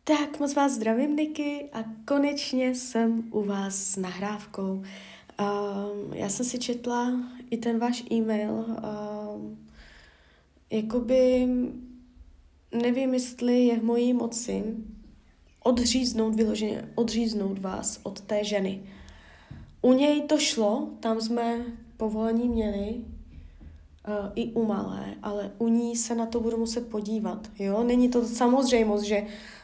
Tak moc vás zdravím, Niky, a konečně jsem u vás s nahrávkou. Já jsem si četla i ten váš e-mail. Jakoby nevím, jestli je v mojí moci vyloženě odříznout vás od té ženy. U něj to šlo, tam jsme povolení měli, i u malé, ale u ní se na to budu muset podívat. Jo? Není to samozřejmost, že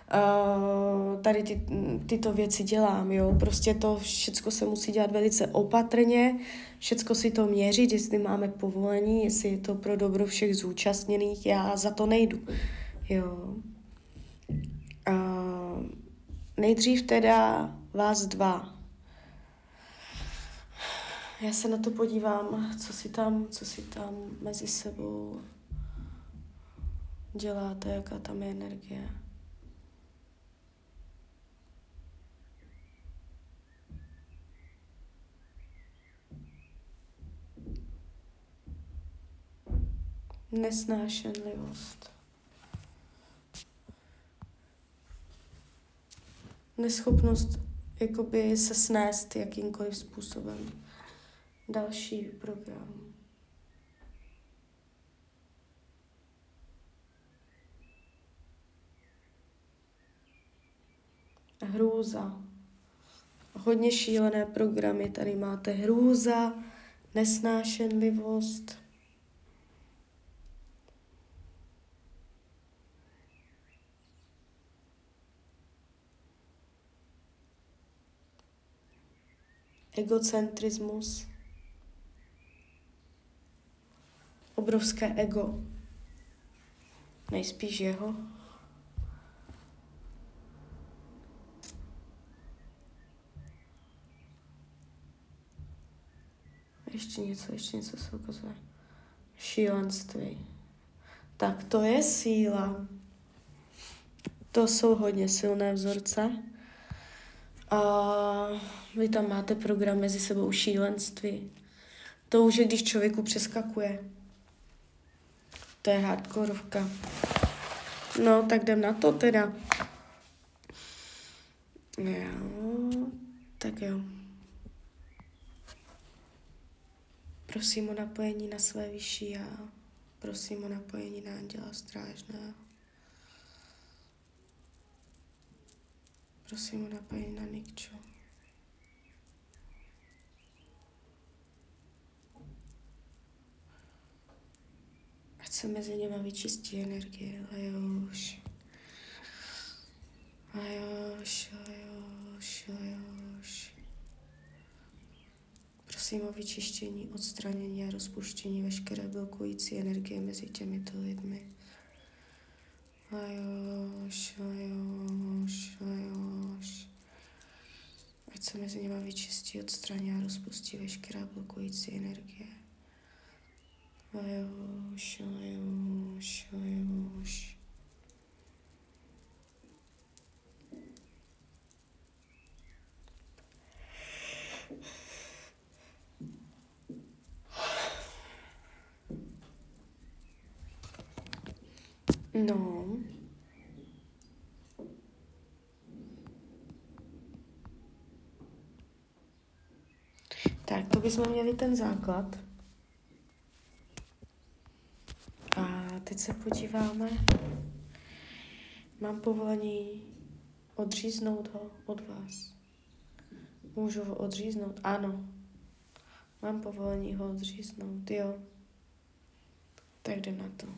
tady tyto věci dělám. Jo? Prostě to všecko se musí dělat velice opatrně, všecko si to měřit, jestli máme povolení, jestli je to pro dobro všech zúčastněných, já za to nejdu. Jo? Nejdřív teda vás dva. Já se na to podívám, co si tam mezi sebou děláte, jaká tam je energie. Nesnášenlivost. Neschopnost jakoby se snést jakýmkoliv způsobem. Další program. Hrůza. Hodně šílené programy. Tady máte hrůza, nesnášenlivost. Egocentrismus. Obrovské ego. Nejspíš jeho. Ještě něco se ukazuje. Šílenství. Tak to je síla. To jsou hodně silné vzorce. A vy tam máte program mezi sebou šílenství. To už je, když člověku přeskakuje. To je hardkorovka. No, tak jdem na to teda. Jo, tak jo. Prosím o napojení na své vyšší já. Prosím o napojení na anděla strážného. Prosím o napojení na Nikču. Ať se mezi něma vyčistí energie. Lajoš. Prosím o vyčištění, odstranění a rozpuštění veškeré blokující energie mezi těmito lidmi. Lajoš. Ať se mezi něma vyčistí, odstraní a rozpustí veškerá blokující energie. Lajoš. No. Tak, to bychom měli ten základ. A teď se podíváme. Mám povolení odříznout ho od vás. Můžu ho odříznout? Ano. Mám povolení ho odříznout, jo. Tak jdem na to.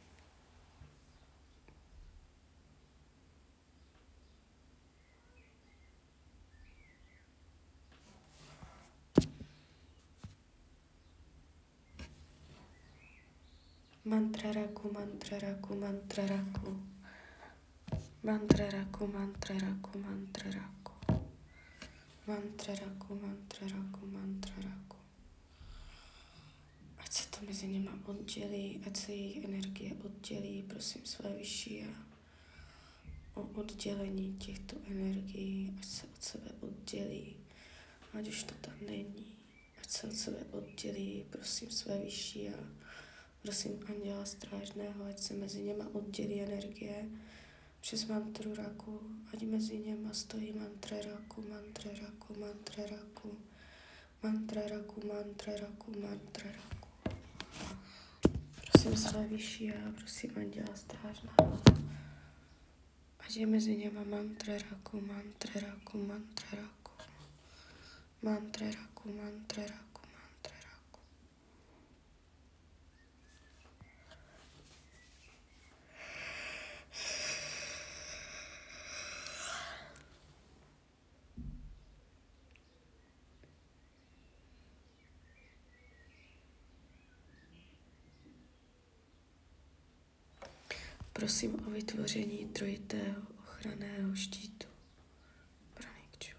Mantra raku. Ať se to mezi něma oddělí, ať se jejich energie oddělí, prosím své vyšší a o oddělení těchto energií, ať se od sebe oddělí, ať už to tam není, ať se od sebe oddělí, prosím své vyšší a prosím anděla strážného, ať se mezi něma oddělí energie, přes mantru raku, ať mezi něma stojí mantra raku, mantra raku, mantra raku, mantra raku, mantra raku, mantra raku. Prosím své vyšší já, prosím anděla strážného, ať je mezi něma mantra raku, mantra raku, mantra raku, mantra raku, mantra raku, mantra raku. Prosím o vytvoření trojitého ochranného štítu. Pranikču.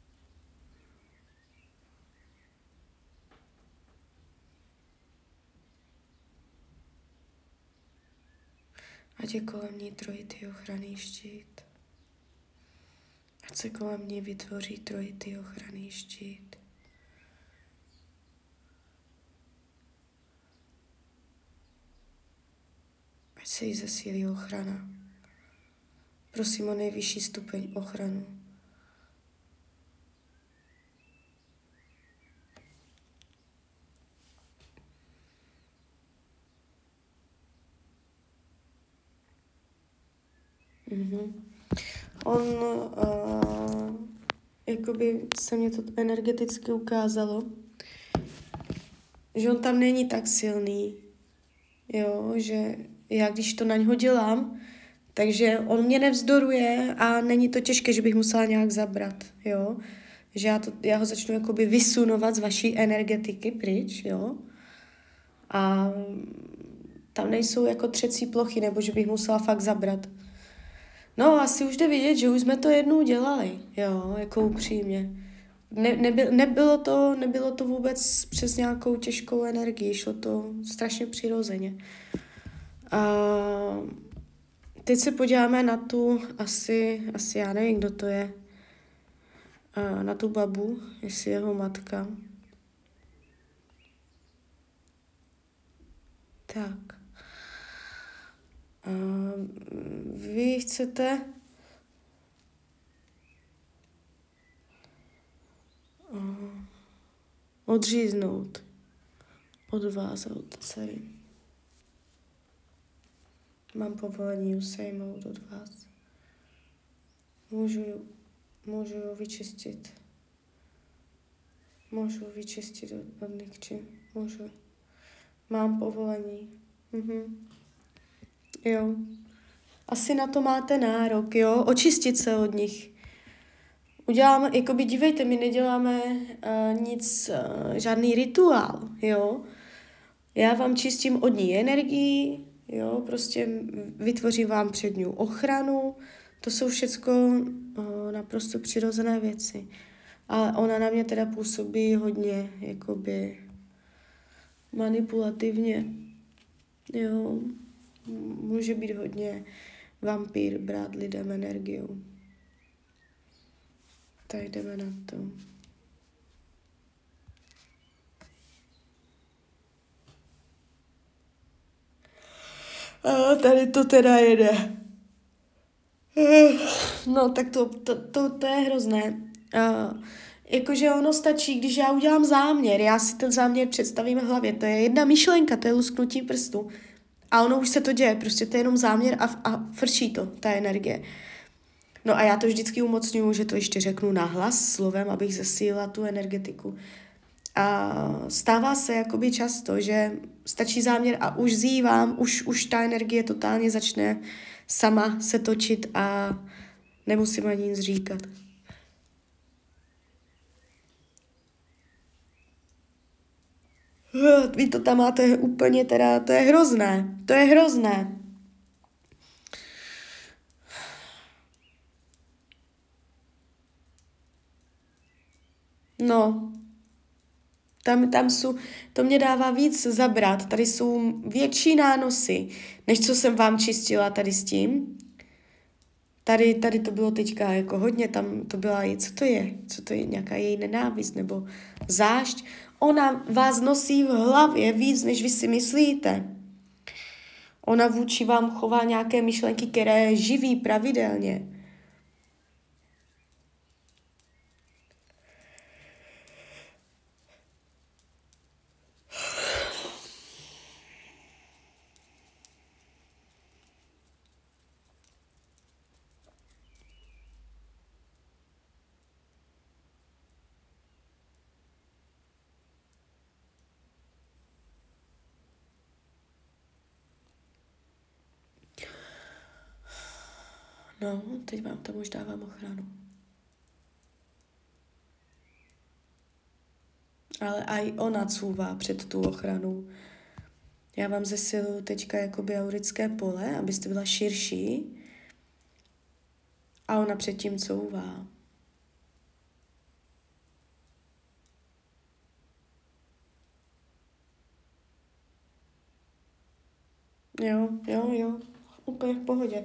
Ať je kolem ní trojitý ochranný štít. Ať se kolem ní vytvoří trojitý ochranný štít. Ať se jí zesílí ochrana. Prosím o nejvyšší stupeň ochranu. Jakoby se mě to energeticky ukázalo, že on tam není tak silný, jo, že já když to na něho dělám, takže on mě nevzdoruje a není to těžké, že bych musela nějak zabrat, jo, že já ho začnu jakoby vysunovat z vaší energetiky pryč, jo, a tam nejsou jako třecí plochy, nebo že bych musela fakt zabrat. No, asi už jde vidět, že už jsme to jednou dělali, jo, jako upřímně. Nebylo to vůbec přes nějakou těžkou energii, šlo to strašně přirozeně. Teď se podíváme na tu, asi já nevím, kdo to je, na tu babu, jestli jeho matka. Tak. Vy chcete odříznout od vás a od dcery. Mám povolení ji sejmout od vás. Můžu ji vyčistit. Můžu vyčistit od nikči. Můžu. Mám povolení. Jo. Asi na to máte nárok, jo. Očistit se od nich. Uděláme, jakoby dívejte, my neděláme nic, žádný rituál, jo. Já vám čistím od ní energii, jo, prostě vytvořím vám před ní ochranu, to jsou všecko naprosto přirozené věci. A ona na mě teda působí hodně, jakoby manipulativně, jo. Může být hodně vampír, brát lidem energiu. Tak jdeme na to. A tady to teda jede. No, tak to je hrozné. Jakože ono stačí, když já udělám záměr, já si ten záměr představím v hlavě, to je jedna myšlenka, to je lusknutí prstu. A ono už se to děje, prostě to je jenom záměr a frčí to, ta energie. No a já to vždycky umocňuju, že to ještě řeknu nahlas slovem, abych zesílila tu energetiku. A stává se jakoby často, že stačí záměr a už zívám, už ta energie totálně začne sama se točit a nemusím ani nic říkat. Vy to tam máte úplně teda, to je hrozné, to je hrozné. No, tam jsou, to mě dává víc zabrat, tady jsou větší nánosy, než co jsem vám čistila tady s tím. Tady to bylo teďka jako hodně, tam to byla, co to je, nějaká její nenávist nebo zášť. Ona vás nosí v hlavě víc, než vy si myslíte. Ona vůči vám chová nějaké myšlenky, které živí pravidelně. No, teď vám tam už dávám ochranu. Ale aj ona cůvá před tu ochranu. Já vám zesiluju teďka jakoby aurické pole, abyste byla širší. A ona předtím couvá. Jo, úplně v pohodě.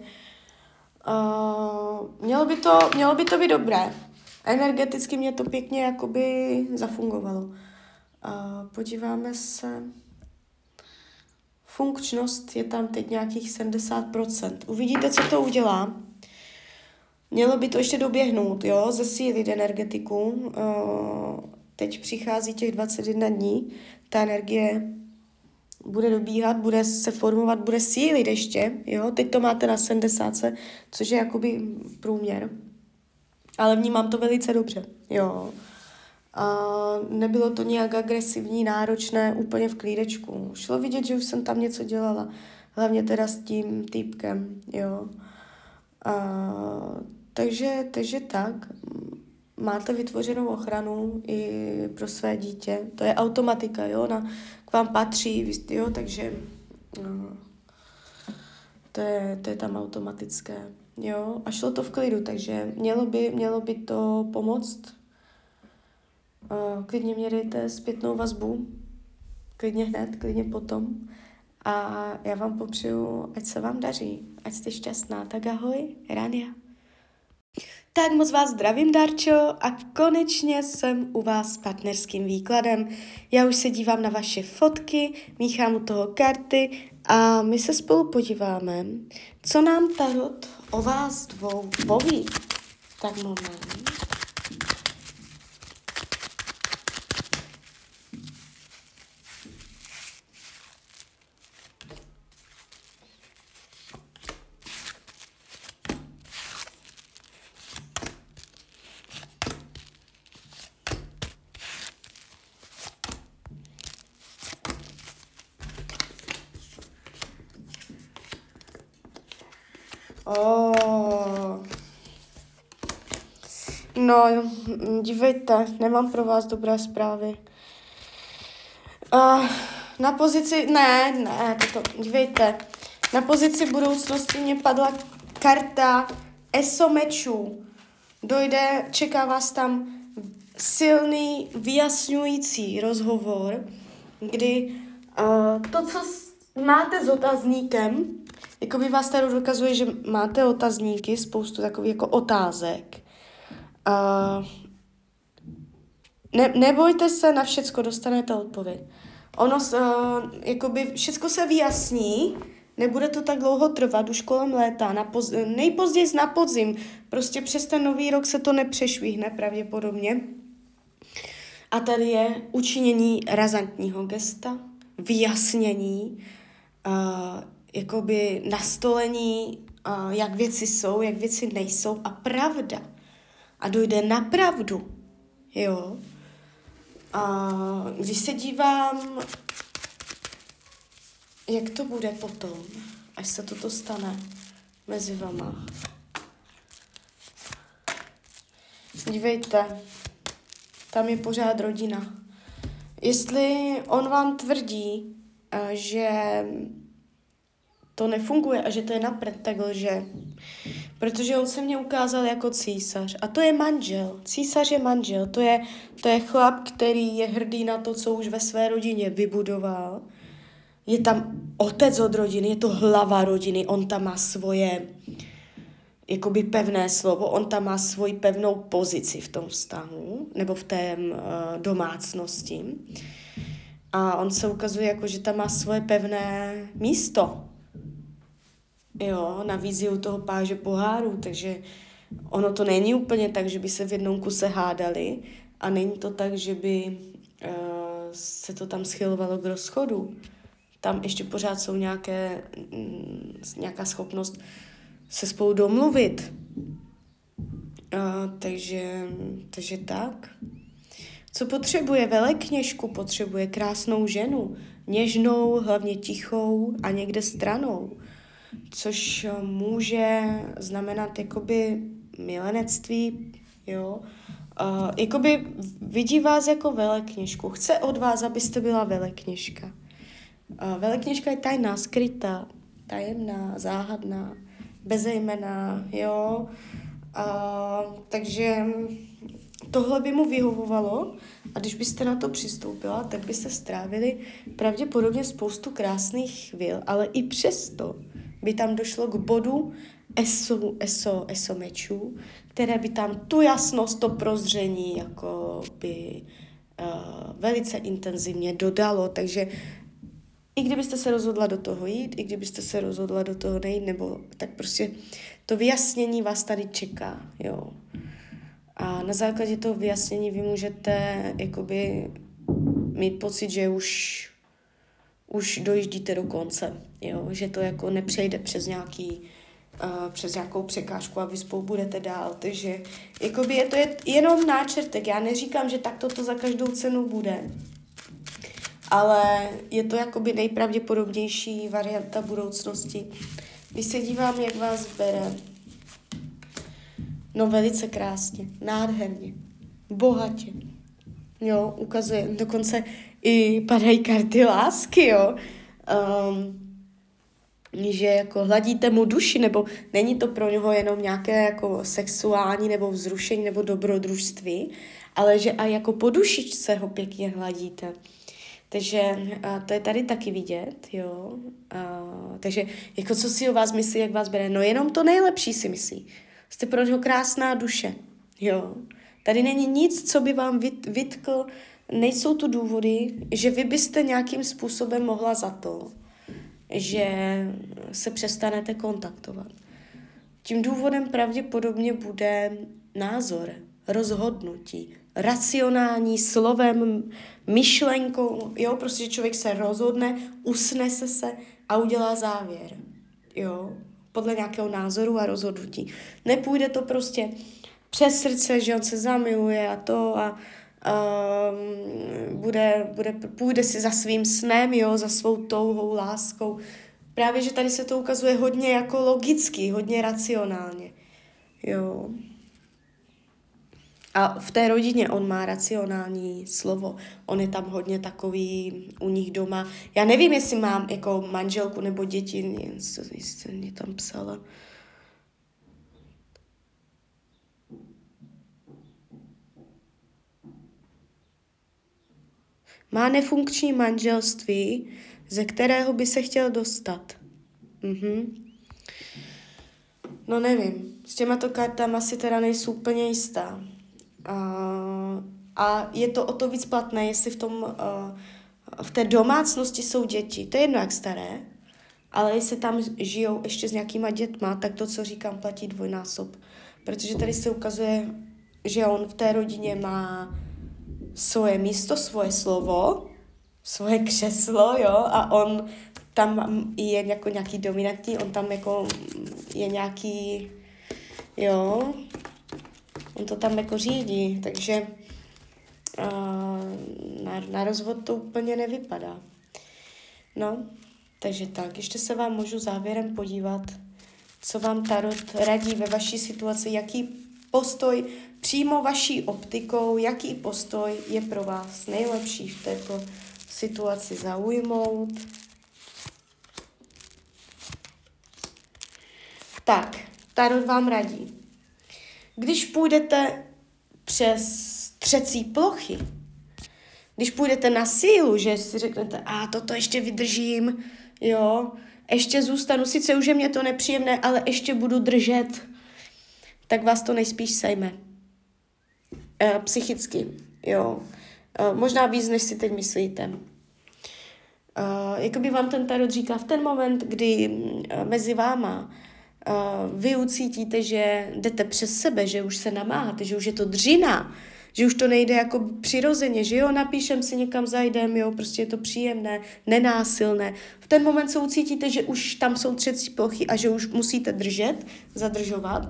Mělo by to být dobré. Energeticky mě to pěkně jakoby zafungovalo. Podíváme se. Funkčnost je tam teď nějakých 70%. Uvidíte, co to udělá. Mělo by to ještě doběhnout, jo, zesílit energetiku. Teď přichází těch 21 dní. Ta energie bude dobíhat, bude se formovat, bude sílit ještě, jo. Teď to máte na 70, což je jakoby průměr. Ale vnímám to velice dobře, jo. Nebylo to nějak agresivní, náročné, úplně v klídečku. Šlo vidět, že už jsem tam něco dělala. Hlavně teda s tím týpkem, jo. Takže tak. Máte vytvořenou ochranu i pro své dítě. To je automatika, jo. Ona k vám patří, jo, takže to je tam automatické, jo. A šlo to v klidu, takže mělo by to pomoct. Klidně mě dejte zpětnou vazbu, klidně hned, klidně potom. A já vám popřeju, ať se vám daří, ať jste šťastná. Tak ahoj, Rania. Tak moc vás zdravím, Darčo, a konečně jsem u vás s partnerským výkladem. Já už se dívám na vaše fotky, míchám u toho karty a my se spolu podíváme, co nám tarot o vás dvou poví. Tak moment. No, dívejte, nemám pro vás dobré zprávy. Na pozici, dívejte, na pozici budoucnosti mě padla karta ESO mečů. Čeká vás tam silný, vyjasňující rozhovor, kdy to, co máte s otazníkem, jakoby vás tady dokazuje, že máte otazníky, spoustu takových jako otázek. Nebojte se, na všecko dostanete odpověď. Jakoby všecko se vyjasní, nebude to tak dlouho trvat, už kolem léta, nejpozději na podzim, prostě přes ten nový rok se to nepřešvihne pravděpodobně. A tady je učinění razantního gesta, vyjasnění, jakoby nastolení, jak věci jsou, jak věci nejsou a pravda. A dojde na pravdu, jo. A když se dívám, jak to bude potom, až se toto stane mezi vama. Dívejte, tam je pořád rodina. Jestli on vám tvrdí, že to nefunguje a že to je napřed, tak lže. Protože on se mně ukázal jako císař. A to je manžel. Císař je manžel. To je chlap, který je hrdý na to, co už ve své rodině vybudoval. Je tam otec od rodiny, je to hlava rodiny. On tam má svoje jakoby pevné slovo. On tam má svoji pevnou pozici v tom vztahu nebo v té domácnosti. A on se ukazuje jako, že tam má svoje pevné místo. Jo, navíc je u toho páže pohárů, takže ono to není úplně tak, že by se v jednom kuse hádali a není to tak, že by se to tam schylovalo k rozchodu. Tam ještě pořád jsou nějaká schopnost se spolu domluvit. Takže tak. Co potřebuje velekněžku? Potřebuje krásnou ženu. Něžnou, hlavně tichou a někde stranou. Což může znamenat jakoby milenectví, jo. Jakoby vidí vás jako velekněžku. Chce od vás, abyste byla velekněžka. Velekněžka je tajná, skrytá, tajemná, záhadná, bezejmenná, jo. Takže tohle by mu vyhovovalo a když byste na to přistoupila, tak byste strávili pravděpodobně spoustu krásných chvil, ale i přesto by tam došlo k bodu eso mečů, které by tam tu jasnost, to prozření jako by velice intenzivně dodalo, takže i kdybyste se rozhodla do toho jít, i kdybyste se rozhodla do toho nejít, nebo tak prostě to vyjasnění vás tady čeká, jo. A na základě toho vyjasnění vy můžete jakoby mít pocit, že už dojíždíte do konce, jo, že to jako nepřejde přes nějakou překážku a vy spolu budete dál, takže jakoby je to jenom náčrtek, já neříkám, že takto to za každou cenu bude, ale je to jakoby nejpravděpodobnější varianta budoucnosti. Když se dívám, jak vás bere, no velice krásně, nádherně, bohatě, jo, ukazuje, dokonce i padají karty lásky, jo, že jako hladíte mu duši, nebo není to pro něho jenom nějaké jako sexuální nebo vzrušení nebo dobrodružství, ale že a jako po dušičce ho pěkně hladíte. Takže to je tady taky vidět, jo. Takže jako co si o vás myslí, jak vás bere? No jenom to nejlepší si myslí. Jste pro něho krásná duše, jo. Tady není nic, co by vám vytkl, nejsou tu důvody, že vy byste nějakým způsobem mohla za to, že se přestanete kontaktovat. Tím důvodem pravděpodobně bude názor, rozhodnutí, racionální slovem, myšlenkou, jo, prostě člověk se rozhodne, usnese se a udělá závěr, jo, podle nějakého názoru a rozhodnutí. Nepůjde to prostě přes srdce, že on se zamiluje a to a půjde si za svým snem, jo, za svou touhou, láskou. Právě, že tady se to ukazuje hodně jako logicky, hodně racionálně, jo. A v té rodině on má racionální slovo. On je tam hodně takový u nich doma. Já nevím, jestli mám jako manželku nebo děti, jestli mě tam psala. Má nefunkční manželství, ze kterého by se chtěl dostat. No nevím, s těmato kartama si teda nejsou úplně jistá. A je to o to víc platné, jestli v té domácnosti jsou děti. To je jedno, jak staré, ale jestli tam žijou ještě s nějakýma dětma, tak to, co říkám, platí dvojnásob. Protože tady se ukazuje, že on v té rodině má svoje místo, svoje slovo, svoje křeslo, jo, a on tam je jako nějaký dominantní, on tam jako je nějaký, jo, on to tam jako řídí, takže na rozvod to úplně nevypadá. No, takže tak, ještě se vám můžu závěrem podívat, co vám Tarot radí ve vaší situaci, jaký postoj přímo vaší optikou, jaký postoj je pro vás nejlepší v této situaci zaujmout. Tak, Tarot vám radí. Když půjdete přes třecí plochy, když půjdete na sílu, že si řeknete, toto ještě vydržím, jo, ještě zůstanu, sice už je mě to nepříjemné, ale ještě budu držet, tak vás to nejspíš sejme. Psychicky, jo. Možná víc, než si teď myslíte. Jakoby vám ten tarot říká v ten moment, kdy mezi váma vy ucítíte, že jdete přes sebe, že už se namáháte, že už je to dřina, že už to nejde jako přirozeně, že jo, napíšem si někam, zajdem, jo, prostě je to příjemné, nenásilné. V ten moment se ucítíte, že už tam jsou třecí plochy a že už musíte držet, zadržovat,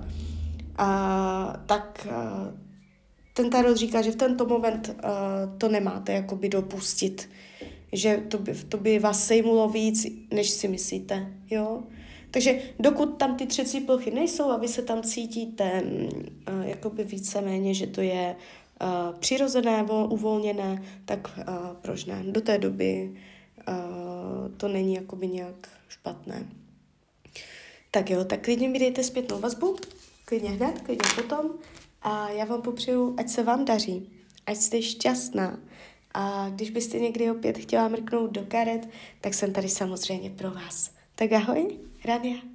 tak ten tarot říká, že v tento moment to nemáte jakoby dopustit, že to by vás sejmulo víc, než si myslíte, jo. Takže dokud tam ty třecí plochy nejsou a vy se tam cítíte jakoby víceméně, že to je přirozené, uvolněné, tak proč ne? Do té doby to není jakoby nějak špatné. Tak jo, tak klidně mi dejte zpětnou vazbu, klidně hned, klidně potom a já vám popřeju, ať se vám daří, ať jste šťastná a když byste někdy opět chtěla mrknout do karet, tak jsem tady samozřejmě pro vás. Tak ahoj, Rania.